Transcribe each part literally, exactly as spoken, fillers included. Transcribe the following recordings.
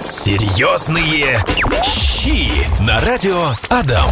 Серьезные щи на радио Адам.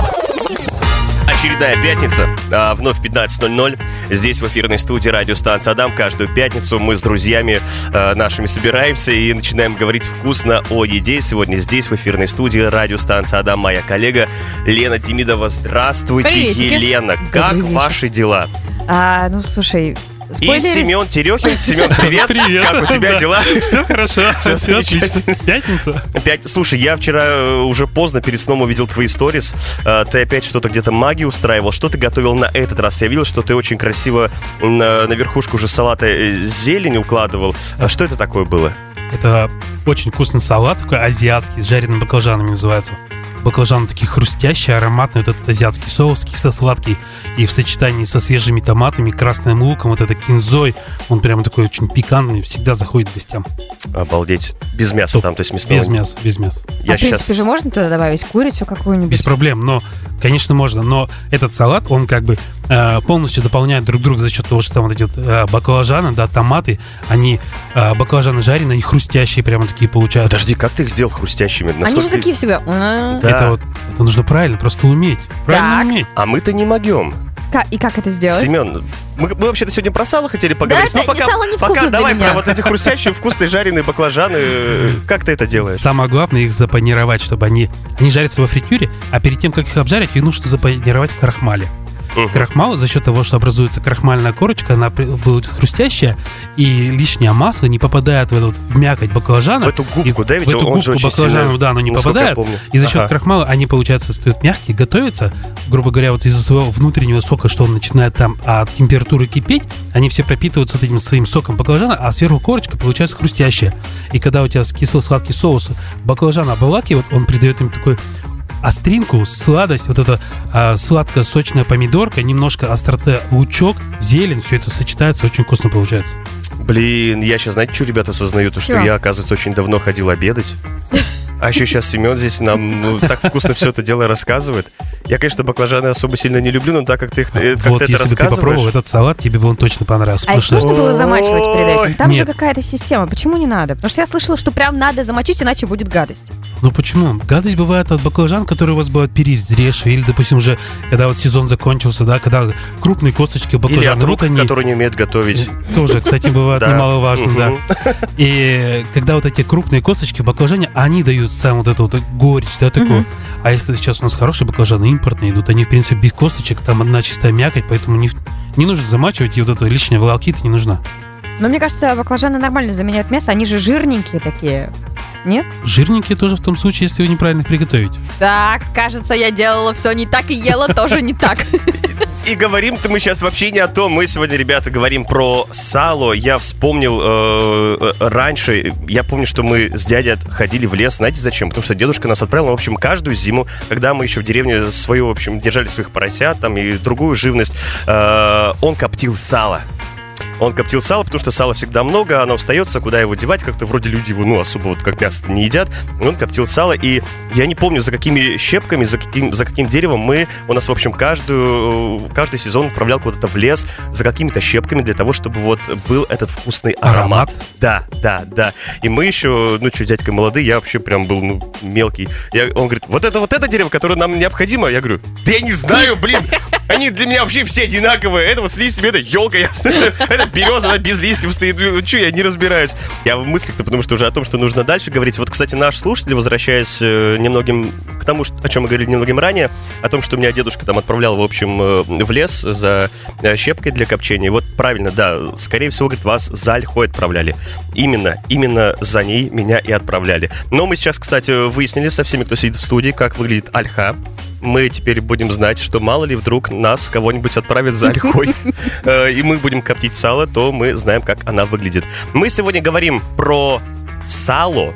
Очередная пятница, а, вновь пятнадцать ноль ноль. Здесь в эфирной студии радиостанции Адам. Каждую пятницу мы с друзьями а, нашими собираемся и начинаем говорить вкусно о еде. Сегодня здесь в эфирной студии радиостанции Адам моя коллега Лена Демидова. Здравствуйте, Приветики. Елена. Как ваши дела? А, ну, слушай... И Семен Терехин. Семен, привет. Привет. Как у тебя Да. дела? Все хорошо, Всё все отлично. отлично. Пятница. Опять, слушай, я вчера э, уже поздно перед сном увидел твои сторис. Э, Ты опять что-то где-то магию устраивал. Что ты готовил на этот раз? Я видел, что ты очень красиво на, на верхушку уже салата э, зелень укладывал. А что это такое было? Это очень вкусный салат, такой азиатский, с жареными баклажанами называется. Баклажаны такие хрустящие, ароматные, вот этот азиатский соус, кисло-сладкий. И в сочетании со свежими томатами, красным луком, вот это кинзой, он прямо такой очень пикантный, всегда заходит к гостям. Обалдеть. Без мяса там, то есть мясного. Без мяса, без мяса. Я а в принципе щас- же можно туда добавить курицу какую-нибудь? Без проблем, но, конечно, можно. Но этот салат, он как бы э, полностью дополняет друг друга за счет того, что там вот эти вот э, баклажаны, да, томаты, они, э, баклажаны жареные, они хрустящие прямо такие получаются. Подожди, как ты их сделал хрустящими? Они Насколько же ты- такие всегда... м. Да. Это вот, это нужно правильно, просто уметь. Правильно Так. уметь. А мы-то не могем. Ка- И как это сделать? Семен, мы, мы вообще-то сегодня про сало хотели поговорить. Да, Ну, это- сало невкусно пока для давай меня. про вот эти хрустящие, вкусные, жареные баклажаны. Э, Как ты это делаешь? Самое главное их запанировать, чтобы они, они жарятся во фритюре, а перед тем, как их обжарить, их нужно запанировать в крахмале. Мгм. Крахмал, за счет того, что образуется крахмальная корочка, она при- будет хрустящая, и лишнее масло не попадает в, эту вот, в мякоть баклажана. В эту губку, И да? Ведь в эту он губку же очень баклажанов, сильно, да, оно не насколько я попадает. помню. И за счет Ага. крахмала они, получается, стоят мягкие, готовятся, грубо говоря, вот из-за своего внутреннего сока, что он начинает там от температуры кипеть, они все пропитываются вот этим своим соком баклажана, а сверху корочка получается хрустящая. И когда у тебя кисло-сладкий соус баклажана обволакивает, он придает им такой остринку, сладость, вот эта а, сладко-сочная помидорка, немножко острота лучок, зелень, все это сочетается, очень вкусно получается. Блин, я сейчас, знаете, что, ребята, осознаю? То, что Чё? я, оказывается, очень давно ходил обедать. А еще сейчас Семен здесь нам ну, так вкусно все это дело рассказывает. Я, конечно, баклажаны особо сильно не люблю, но так как ты, их, э, как вот ты это если бы ты попробовал рассказываешь... этот салат, тебе бы он точно понравился. А их потому что нужно было замачивать перед этим? Там же Нет. какая-то система. Почему не надо? Потому что я слышала, что прям надо замочить, иначе будет гадость. Ну почему? Гадость бывает от баклажан, которые у вас бывают перезревшие, или, допустим, уже когда вот сезон закончился, да, когда крупные косточки Или баклажан, от рук, вот они которые не умеют готовить. тоже, кстати, бывают Да. немаловажно, да. Мгм. И когда вот эти крупные косточки баклажане, они дают сам вот эту вот горечь, да, такую. Мгм. А если сейчас у нас хорошие баклажаны импортные идут, они, в принципе, без косточек, там одна чистая мякоть, поэтому не, не нужно замачивать, и вот эта лишняя волокита не нужна. Но мне кажется, баклажаны нормально заменяют мясо. Они же жирненькие такие. Нет? Жирненькие тоже в том случае, если вы неправильно их приготовите. Так, кажется, я делала все не так и ела тоже не так. И говорим-то мы сейчас вообще не о том. Мы сегодня, ребята, говорим про сало. Я вспомнил э, э, раньше, я помню, что мы с дядей ходили в лес. Знаете зачем? Потому что дедушка нас отправил, в общем, каждую зиму, когда мы еще в деревне свою, в общем, держали своих поросят там и другую живность, э, он коптил сало. Он коптил сало, потому что сала всегда много, оно остается, куда его девать, как-то вроде люди его, ну, особо вот как мясо не едят. И он коптил сало, и я не помню, за какими щепками, за каким, за каким деревом мы, у нас, в общем, каждую, каждый сезон отправлял куда-то в лес за какими-то щепками для того, чтобы вот был этот вкусный аромат. Аромат? Да, да, да. И мы еще, ну, что, дядька молодые, я вообще прям был, ну, мелкий. Я, он говорит, вот это вот это дерево, которое нам необходимо. Я говорю, да я не знаю, блин, они для меня вообще все одинаковые. Это вот с листьями, это елка, я, это береза, она без листьев стоит. Че, я не разбираюсь. Я в мыслях-то, потому что уже о том, что нужно дальше говорить. Вот, кстати, наш слушатель, возвращаясь э, немногим к тому, что, о чем мы говорили немногим ранее, о том, что меня дедушка там отправлял, в общем, э, в лес за э, щепкой для копчения. Вот правильно, да, скорее всего, говорит, вас за ольхой отправляли. Именно, именно за ней меня и отправляли. Но мы сейчас, кстати, выяснили со всеми, кто сидит в студии, как выглядит ольха. Мы теперь будем знать, что мало ли вдруг нас кого-нибудь отправят за ольхой, э, и мы будем коптить сало, то мы знаем, как она выглядит. Мы сегодня говорим про сало.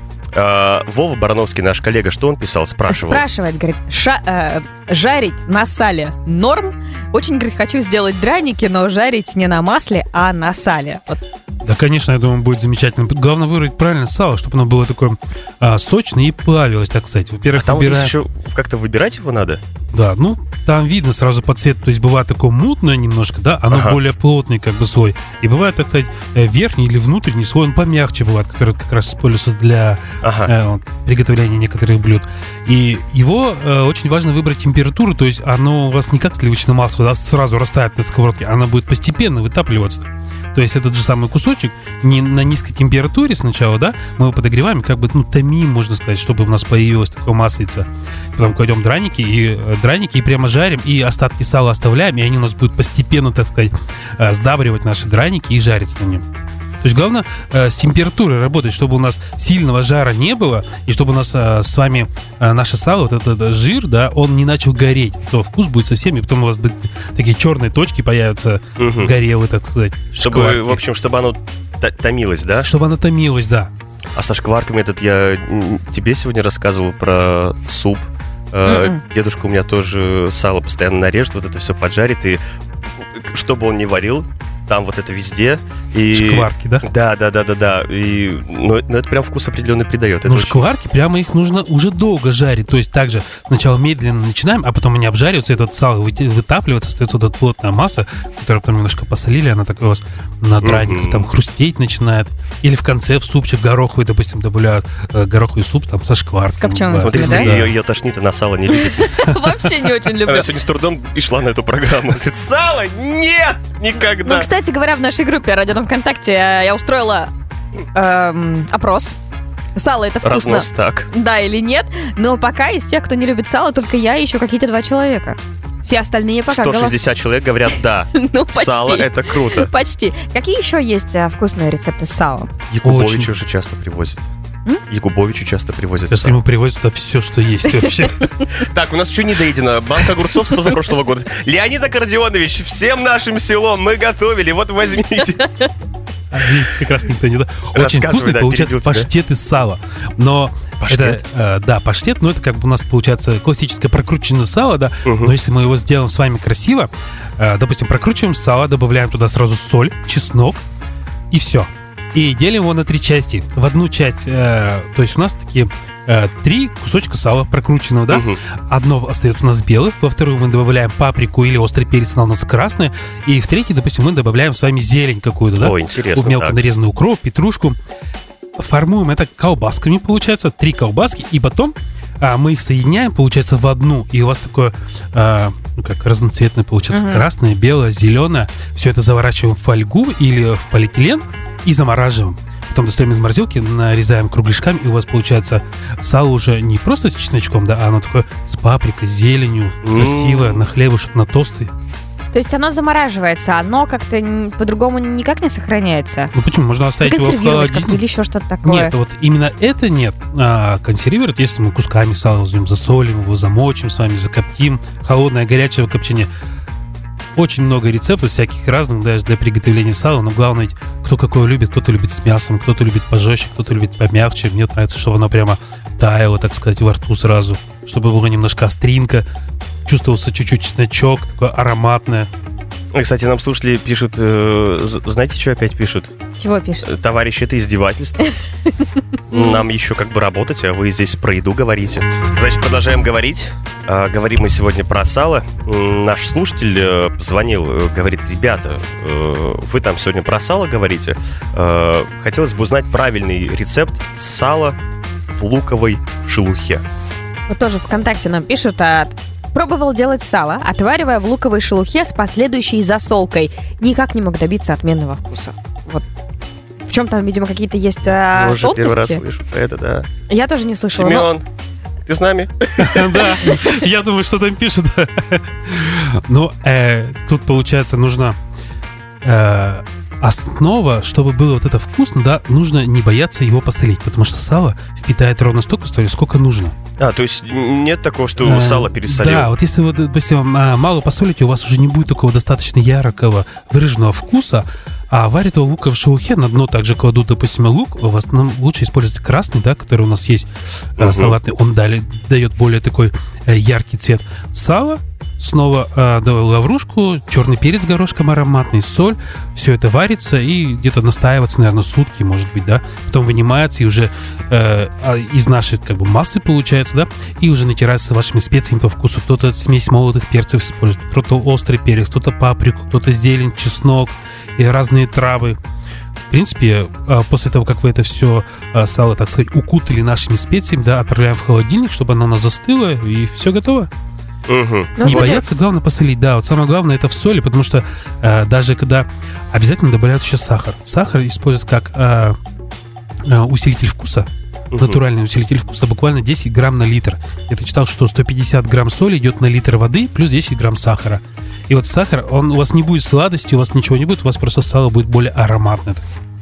Э, Вова Барановский, наш коллега, что он писал, спрашивал? Спрашивает, говорит, ша- э, жарить на сале норм? Очень, говорит, хочу сделать драники, но жарить не на масле, а на сале. Вот. Да, конечно, я думаю, будет замечательно. Главное выбрать правильно сало, чтобы оно было такое а, сочное и плавилось, так сказать. Во-первых, А там вот выбираем... есть еще как-то выбирать его надо? Да, ну, там видно сразу по цвету, то есть бывает такое мутное немножко, да, оно Ага. более плотный как бы слой. И бывает, так сказать, э, верхний или внутренний слой, он помягче бывает, который как раз используется для Ага. э, вот, приготовления некоторых блюд. И его э, очень важно выбрать температуру, то есть оно у вас не как сливочное масло, да, сразу растает на сковородке, оно будет постепенно вытапливаться. То есть этот же самый кусочек не на низкой температуре сначала, да, мы его подогреваем, как бы, ну, томим, можно сказать, чтобы у нас появилось такое маслице. Потом кладем драники и э, драники и прямо жарим, и остатки сала оставляем, и они у нас будут постепенно, так сказать, э, сдабривать наши драники и жариться на нем. То есть главное э, с температурой работать, чтобы у нас сильного жара не было, и чтобы у нас э, с вами э, наше сало, вот этот, этот жир, да, он не начал гореть. То вкус будет совсем, и потом у вас будет такие черные точки появятся, Мгм. горелые, так сказать. Чтобы, шкварки. в общем, чтобы оно т- томилось, да? Чтобы она томилась, да. А со шкварками этот я м, тебе сегодня рассказывал про суп. Э, Мгм. Дедушка у меня тоже сало постоянно нарежет, вот это все поджарит, и что бы он ни варил, там вот это везде. И... Шкварки, да? Да, да, да, да, да. И... Но, но это прям вкус определенный придает. Это Ну, очень- шкварки, прямо их нужно уже долго жарить. То есть также сначала медленно начинаем, а потом они обжариваются, этот сало выте- вытапливается, остается вот эта плотная масса, которую потом немножко посолили, она такая у вас на драниках Мгм. там хрустеть начинает. Или в конце в супчик гороховый, допустим, добавляют э, гороховый суп там со шкварками. С копченым бывает. Смотри, да? смотри, ее, ее тошнит, она сало не любит. Вообще не очень люблю. Она сегодня с трудом и шла на эту программу. Говорит, сало? Нет! Никогда! Ну, кстати говоря, в нашей группе «Радио Дом ВКонтакте» э, я устроила эм, опрос. Сало это вкусно? Разнос так. Да или нет? Но пока из тех, кто не любит сало, только я и еще какие-то два человека. Все остальные пока сто шестьдесят человек говорят да. голосуют. Ну, почти. Сало это круто. Почти. Какие еще есть а, вкусные рецепты с салом? Якубовичу Очень. уже часто привозят. М? Якубовичу часто привозят Если сало. ему привозят туда все, что есть вообще. Так, у нас еще не доедено. Банка огурцов с позапрошлого года. Леонид Аккордеонович, всем нашим селом мы готовили. Вот возьмите. А, и как раз никто не... да. Очень Рассказывай, вкусный да, получается перебил тебя. паштет из сала. Но Паштет? это, э, да, паштет, но это как бы у нас получается классическое прокрученное сало, да. Мгм. Но если мы его сделаем с вами красиво, э, допустим, прокручиваем сало, добавляем туда сразу соль, чеснок и все. И делим его на три части. В одну часть, э, то есть у нас такие э, три кусочка сала прокрученного, да. Мгм. Одно остается у нас белое, во вторую мы добавляем паприку или острый перец, она у нас красная, и в третий, допустим, мы добавляем с вами зелень какую-то, да. О, интересно. Мелко так. нарезанный укроп, петрушку. Формуем это колбасками, получается, три колбаски, и потом а, мы их соединяем, получается, в одну, и у вас такое, а, ну как, разноцветное, получается, Мгм. красное, белое, зеленое. Все это заворачиваем в фольгу или в полиэтилен и замораживаем. Потом достаем из морозилки, нарезаем кругляшками, и у вас получается сало уже не просто с чесночком, да, а оно такое с паприкой, с зеленью, М. красивое, на хлебушек, на тосты. То есть оно замораживается, оно как-то н- по-другому никак не сохраняется? Ну почему? Можно оставить его в Консервировать как-то холодильнике. или еще что-то такое? Нет, вот именно это нет. А консервировать, если мы кусками сала возьмем, засолим его, замочим с вами, закоптим, холодное, горячее копчение. Очень много рецептов всяких разных даже для приготовления сала, но главное, ведь, кто какое любит. Кто-то любит с мясом, кто-то любит пожестче, кто-то любит помягче. Мне вот нравится, чтобы оно прямо таяло, так сказать, во рту сразу, чтобы было немножко остринка, чувствовался чуть-чуть чесночок, такое ароматное. Кстати, нам слушатели пишут, э, з- знаете, что опять пишут? Чего пишешь? Э, Товарищи, это издевательство. Нам еще как бы работать, а вы здесь про еду говорите. Значит, продолжаем говорить. А, Говорим мы сегодня про сало. М, Наш слушатель э, позвонил, э, говорит, ребята, э, вы там сегодня про сало говорите. Э, Хотелось бы узнать правильный рецепт сала в луковой шелухе. Вот тоже ВКонтакте нам пишут, а, пробовал делать сало, отваривая в луковой шелухе с последующей засолкой. Никак не мог добиться отменного вкуса. Вот. В чем там, видимо, какие-то есть а, Уже первый раз тонкости? слышу про это, да. Я тоже не слышала. но- Семен, ты с нами? Да, я думаю, что там пишут. Но э, тут, получается, нужна э, основа, чтобы было вот это вкусно, да, нужно не бояться его посолить, потому что сало впитает ровно столько соли, сколько нужно. А, то есть нет такого, что Э, сало пересолил? Да, вот если вы, допустим, а, мало посолите, у вас уже не будет такого достаточно яркого, выраженного вкуса, а варят его в луковой шелухе, на дно также кладут, допустим, лук, в основном лучше использовать красный, да, который у нас есть, э, Мгм. салатный, он дали, дает более такой э, яркий цвет. Сало снова э, добавил лаврушку, черный перец горошком ароматный, соль. Все это варится и где-то настаивается, наверное, сутки, может быть, да. Потом вынимается и уже э, из нашей как бы массы получается, да, и уже натирается с вашими специями по вкусу. Кто-то смесь молотых перцев использует, кто-то острый перец, кто-то паприку, кто-то зелень, чеснок и разные травы. В принципе, после того, как вы это все сало, так сказать, укутали нашими специями, да, отправляем в холодильник, чтобы оно у нас застыло, и все готово. Угу. Ну, Не судя- бояться, главное посолить. Да, вот самое главное это в соли, потому что э, даже когда обязательно добавляют еще сахар. Сахар используют как э, э, усилитель вкуса, Мгм. натуральный усилитель вкуса, буквально десять грамм на литр. Я читал, что сто пятьдесят грамм соли идет на литр воды плюс десять грамм сахара. И вот сахар, он у вас не будет сладости, у вас ничего не будет, у вас просто сало будет более ароматное.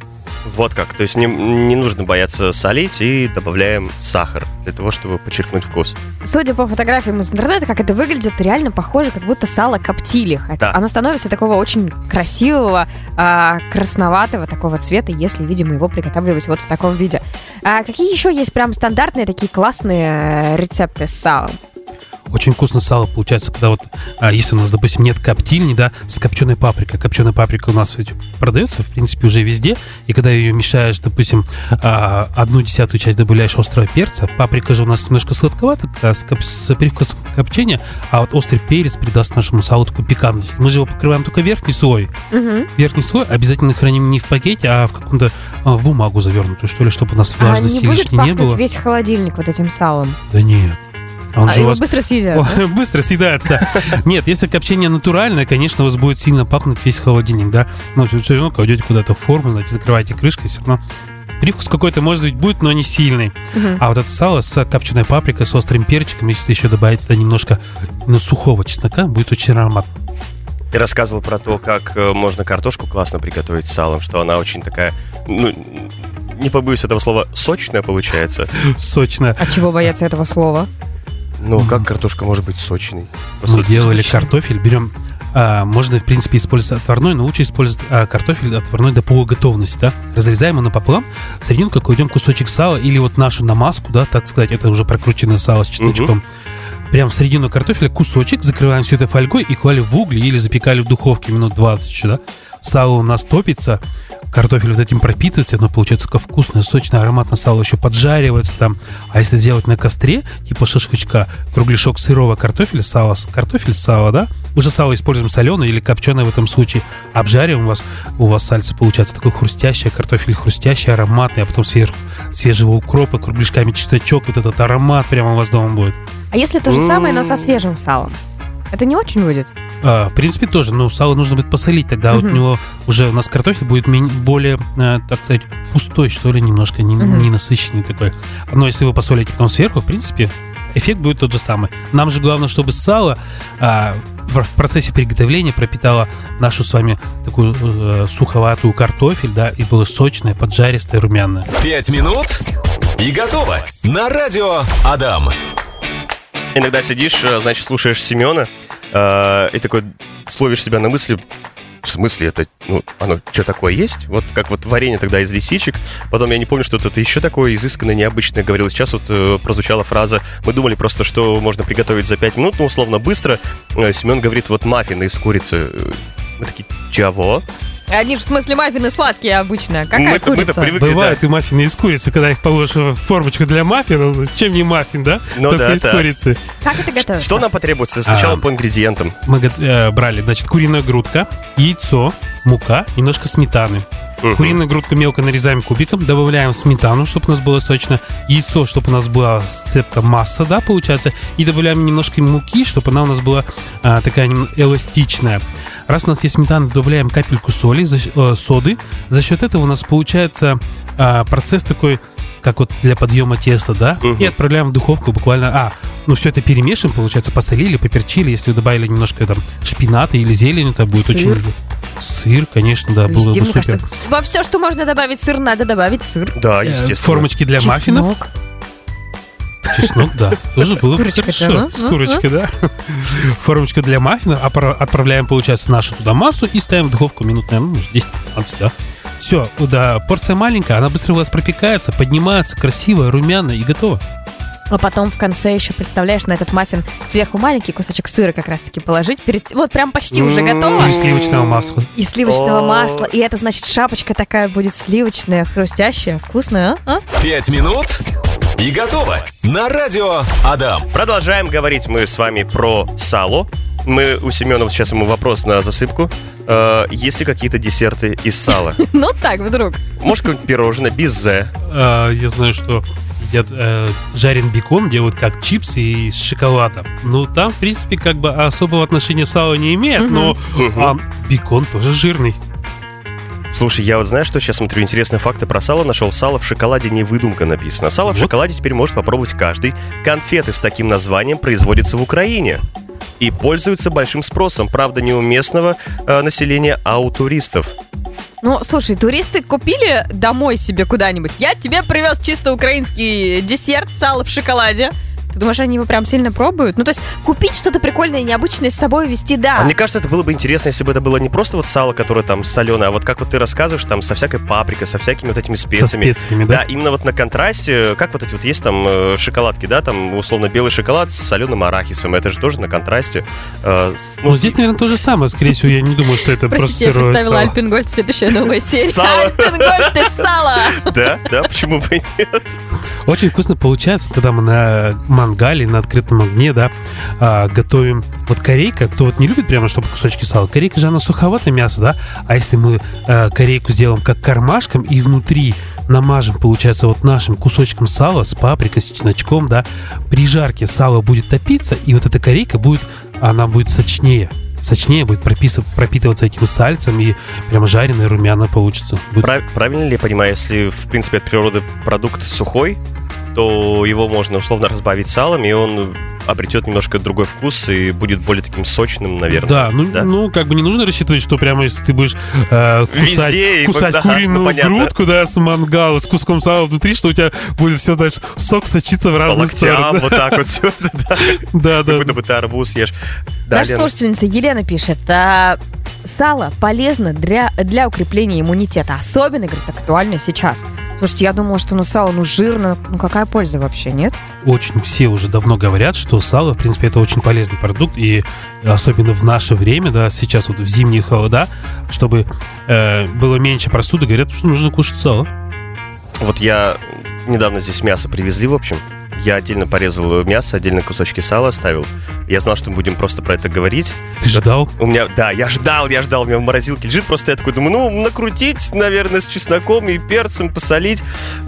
Вот как. То есть не, не нужно бояться солить, и добавляем сахар для того, чтобы подчеркнуть вкус. Судя по фотографиям из интернета, как это выглядит, реально похоже, как будто сало коптили. Хотя Да. оно становится такого очень красивого, а, красноватого такого цвета, если, видимо, его приготавливать вот в таком виде. А какие еще есть прям стандартные такие классные э, рецепты с салом? Очень вкусно сало получается, когда вот, а, если у нас, допустим, нет коптильни, да, с копченой паприкой. Копченая паприка у нас ведь продается, в принципе, уже везде. И когда ее мешаешь, допустим, а, одну десятую часть добавляешь острого перца, паприка же у нас немножко сладковата, а, с, коп- с привкусом копчения, а вот острый перец придаст нашему салу такую пикантность. Мы же его покрываем только верхний слой. Мгм. Верхний слой обязательно храним не в пакете, а в каком-то а, в бумагу завернутую, что ли, чтобы у нас А влажности не будет лишней не пахнуть было. весь холодильник вот этим салом? Да нет. Он А же у его вас быстро съедят, О, да? быстро съедается, да. Нет, если копчение натуральное, конечно, у вас будет сильно пахнуть весь холодильник, да. Но все равно кладете куда-то в форму, знаете, закрываете крышкой, все равно привкус какой-то, может быть, будет, но не сильный. Мгм. А вот это сало с копченой паприкой, с острым перчиком, если еще добавить туда немножко ну, сухого чеснока, будет очень ароматно. Ты рассказывал про то, как э, можно картошку классно приготовить с салом, что она очень такая, ну, не побоюсь этого слова, сочная получается. Сочно. А чего бояться этого слова? Ну, как картошка может быть сочной? Мы Просто делали сочная. картофель, берем, а, можно, в принципе, использовать отварной, но лучше использовать а, картофель отварной до полуготовности, да. Разрезаем его напополам, в серединку кладем кусочек сала или вот нашу намазку, да, так сказать, это уже прокрученное сало с чесночком. Прям в середину картофеля кусочек, закрываем все это фольгой и клали в угли или запекали в духовке минут двадцать еще, да. Сало у нас топится, картофель вот этим пропитывается, оно получается такое вкусное, сочное, ароматное сало еще поджаривается там. А если сделать на костре, типа шашлычка, кругляшок сырого картофеля, сало, картофель, сало, да, уже сало используем соленое или копченое в этом случае, обжариваем, у вас, у вас сальце получается такой хрустящий, картофель хрустящий, ароматный, а потом сверху свежего укропа, кругляшками чесночок, вот этот аромат прямо у вас дома будет. А если то же самое, но со свежим салом? Это не очень будет? А, в принципе, тоже, но сало нужно будет посолить, тогда вот у Мгм. него уже у нас картофель будет мень- более, э, так сказать, пустой, что ли, немножко, не, Мгм. не насыщенный такой. Но если вы посолите потом сверху, в принципе, эффект будет тот же самый. Нам же главное, чтобы сало а, в в процессе приготовления пропитало нашу с вами такую э, суховатую картофель, да, и было сочное, поджаристое, румяное. Пять минут и готово. На радио Адам. Иногда сидишь, э, значит, слушаешь Семена, э, и такой словишь себя на мысли, в смысле, это, ну, оно что такое есть? Вот как вот варенье тогда из лисичек. Потом я не помню, что это еще такое изысканное, необычное говорил. Сейчас вот э, прозвучала фраза, мы думали просто, что можно приготовить за пять минут, ну, условно, быстро. Э, Семен говорит, вот маффины из курицы. Э, Мы такие, чего? Они в смысле маффины сладкие обычно. Какая Мы-то- мы-то курица? привыкли, Бывают и маффины из курицы, когда их положишь в формочку для маффина, чем не маффин, да? Ну Только да, из да. курицы. Как это готовится? Что нам потребуется? Сначала А. по ингредиентам. Мы го- э, брали, значит, куриная грудка, яйцо, мука, немножко сметаны. Мгм. Куриную грудку мелко нарезаем кубиком, добавляем сметану, чтобы у нас было сочно, яйцо, чтобы у нас была сцепка масса, да, получается, и добавляем немножко муки, чтобы она у нас была а, такая нем- эластичная. Раз у нас есть сметана, добавляем капельку соли, за, щ- э, соды. За счет этого у нас получается а, процесс такой, как вот для подъема теста, да, Мгм. и отправляем в духовку буквально, а, ну все это перемешиваем, получается, посолили, поперчили, если вы добавили немножко там шпината или зелень, это будет Сыр. очень... Сыр, конечно, да, было Везде, бы мне супер. кажется, во все, что можно добавить сыр, надо добавить сыр. Да, Э, естественно. Формочки для маффинов. Чеснок. Чеснок, да, тоже С было бы курочкой-то, хорошо. ну, С ну, курочкой, да. Формочка для маффинов. Опра- Отправляем, получается, нашу туда массу и ставим в духовку минут, наверное, может, десять-пятнадцать, да. Все, да, порция маленькая, она быстро у вас пропекается, поднимается, красивая, румяная и готова. А потом в конце еще, представляешь, на этот маффин сверху маленький кусочек сыра как раз-таки положить. Перед... Вот прям почти уже готово. И сливочного масла. И сливочного О. масла. И это значит шапочка такая будет сливочная, хрустящая, вкусная, а? а? Пять минут и готово. На радио Адам. Продолжаем говорить мы с вами про сало. Мы у Семенова сейчас ему вопрос на засыпку. Э, есть ли какие-то десерты из сала? Ну так, вдруг. Может, какое-нибудь пирожное, безе? А, я знаю, что едят э, жареный бекон, делают как чипсы из шоколада. Ну, там, в принципе, как бы особого отношения сало не имеет, Мгм. но Мгм. а, бекон тоже жирный. Слушай, я вот знаешь, что сейчас смотрю интересные факты про сало. Нашел сало в шоколаде, не выдумка написано. Сало в Вот. шоколаде теперь может попробовать каждый. Конфеты с таким названием производятся в Украине и пользуются большим спросом. Правда, не у местного э, населения, а у туристов. Ну, слушай, туристы купили домой себе куда-нибудь. Я тебе привез чисто украинский десерт, сало в шоколаде. Ты думаешь, они его прям сильно пробуют? Ну, то есть купить что-то прикольное и необычное с собой везти, да. А мне кажется, это было бы интересно, если бы это было не просто вот сало, которое там соленое, а вот как вот ты рассказываешь, там со всякой паприкой, со всякими вот этими Со специями. специями, Да, да? именно вот на контрасте, как вот эти вот есть там э, шоколадки, да, там условно белый шоколад с соленым арахисом, это же тоже на контрасте. Э, с- Ну, здесь, наверное, то же самое. Скорее всего, я не думаю, что это просто Простите, я сырое представила сало. Альпенгольд, следующая новая серия. Сало. Альпенгольд и сало! Да, да, почему бы и нет? Очень вкусно получается, когда мы на мангале, на открытом огне, да, а, готовим вот корейка. Кто вот не любит прямо, чтобы кусочки сала. Корейка же, она суховатое мясо, да? А если мы а, корейку сделаем как кармашком и внутри намажем, получается, вот нашим кусочком сала с паприкой, с чесночком, да, при жарке сало будет топиться, и вот эта корейка будет, она будет сочнее. Сочнее будет прописыв- пропитываться этим сальцем, и прямо жареное, румяное получится. Будет- Прав- правильно ли я понимаю, если, в принципе, от природы продукт сухой, то его можно условно разбавить салом, и он обретет немножко другой вкус и будет более таким сочным, наверное. Да, ну, Да? ну как бы не нужно рассчитывать, что прямо если ты будешь э, кусать, Везде и кусать вот, да, куриную ну, понятно. грудку, да, с мангала, с куском сала внутри, что у тебя будет все дальше сок сочиться в По разные локтям, стороны. вот так вот все. Да. Да, Как да. будто бы ты арбуз ешь. Да, Наша Лена? слушательница Елена пишет, а, сало полезно для, для укрепления иммунитета. Особенно, говорит, актуально сейчас. Слушайте, я думала, что ну сало, ну жирно, ну какая польза вообще, нет? Очень все уже давно говорят, что сало, в принципе, это очень полезный продукт, и особенно в наше время, да, сейчас вот в зимние холода, чтобы э, было меньше простуды, говорят, что нужно кушать сало. Вот я недавно здесь мясо привезли, в общем. Я отдельно порезал мясо, отдельно кусочки сала оставил. Я знал, что мы будем просто про это говорить. Ты ждал? У меня, да, я ждал, я ждал, у меня в морозилке лежит. Просто я такой думаю, ну, накрутить, наверное, с чесноком и перцем, посолить.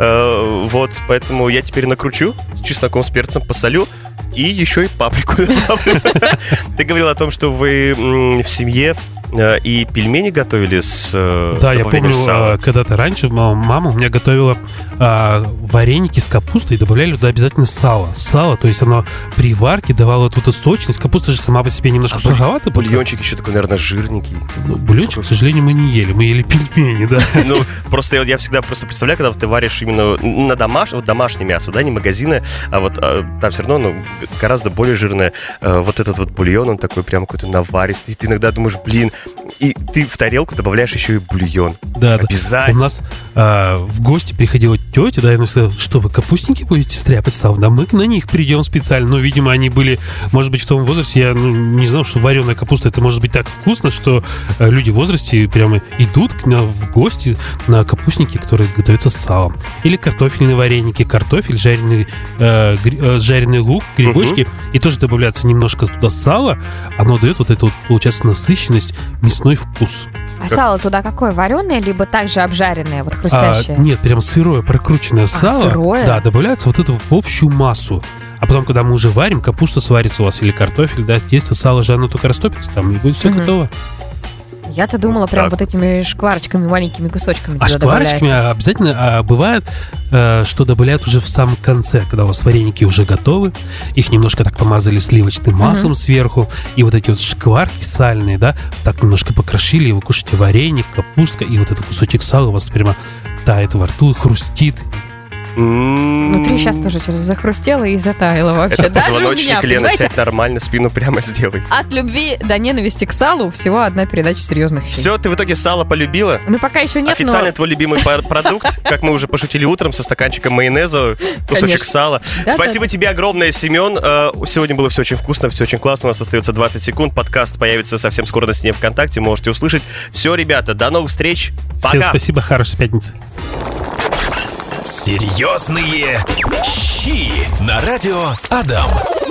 Э, вот, поэтому я теперь накручу с чесноком, с перцем, посолю. И еще и паприку добавлю. Ты говорил о том, что вы м, в семье э, и пельмени готовили с э, Да, я добавлением помню, сала. а, когда-то раньше ма- мама у меня готовила а, вареники с капустой и добавляли туда обязательно сало. Сало, то есть оно при варке давало туда сочность. Капуста же сама по себе немножко А буль- суховатая. Бульончик еще такой, наверное, жирненький. Ну, бульончик, к сожалению, мы не ели. Мы ели пельмени, да. Ну, просто я, я всегда просто представляю, когда вот ты варишь именно на домашнее, вот домашнее мясо, да, не магазины, а вот а, там все равно оно гораздо более жирное. А, вот этот вот бульон, он такой прям какой-то наваристый. И ты иногда думаешь, блин, и ты в тарелку добавляешь еще и бульон. Да, да. Обязательно. У нас а, в гости приходила тетя, да, и она сказала, что вы капустники будете стряпать сало? Да мы на них придем специально. Но, видимо, они были, может быть, в том возрасте, я ну, не знал, что вареная капуста, это может быть так вкусно, что а, люди в возрасте прямо идут к нам в гости на капустники, которые готовятся с салом. Или картофельные вареники, картофель, жареный, э, гри- э, жареный лук, грибочки. И тоже добавляется немножко туда сала. Оно дает вот эту, вот, получается, насыщенность, мясной вкус. А сало туда какое? Вареное, либо также обжаренное, вот А, хрустящее? нет, прям сырое, прокрученное сало. сырое? Да, добавляется вот это в общую массу. А потом, когда мы уже варим, капуста сварится у вас или картофель, да, тесто, сало же, оно только растопится, там и будет все Мгм. готово. Я-то думала, прям Так. вот этими шкварочками, маленькими кусочками А туда шкварочками добавляете. обязательно а, бывает, э, что добавляют уже в самом конце, когда у вас вареники уже готовы, их немножко так помазали сливочным маслом Мгм. сверху, и вот эти вот шкварки сальные, да, так немножко покрошили, и вы кушаете вареник, капустка, и вот этот кусочек сала у вас прямо тает во рту, хрустит. Внутри сейчас тоже что-то захрустело и затаяло вообще. Это Даже у меня, позвоночник, Лена, понимаете? сядь нормально, спину прямо сделай. От любви до ненависти к салу всего одна передача серьезных щей. Все, ты в итоге сало полюбила? Ну, пока еще нет, Официально но... твой любимый пар- продукт, как мы уже пошутили утром, со стаканчиком майонеза, кусочек Конечно. сала. Да, Спасибо да. тебе огромное, Семен. Э, Сегодня было все очень вкусно, все очень классно. У нас остается двадцать секунд. Подкаст появится совсем скоро на стене ВКонтакте. Можете услышать. Все, ребята, до новых встреч. Всем Пока. спасибо, хорошей пятницы. Серьезные щи на радио Адам.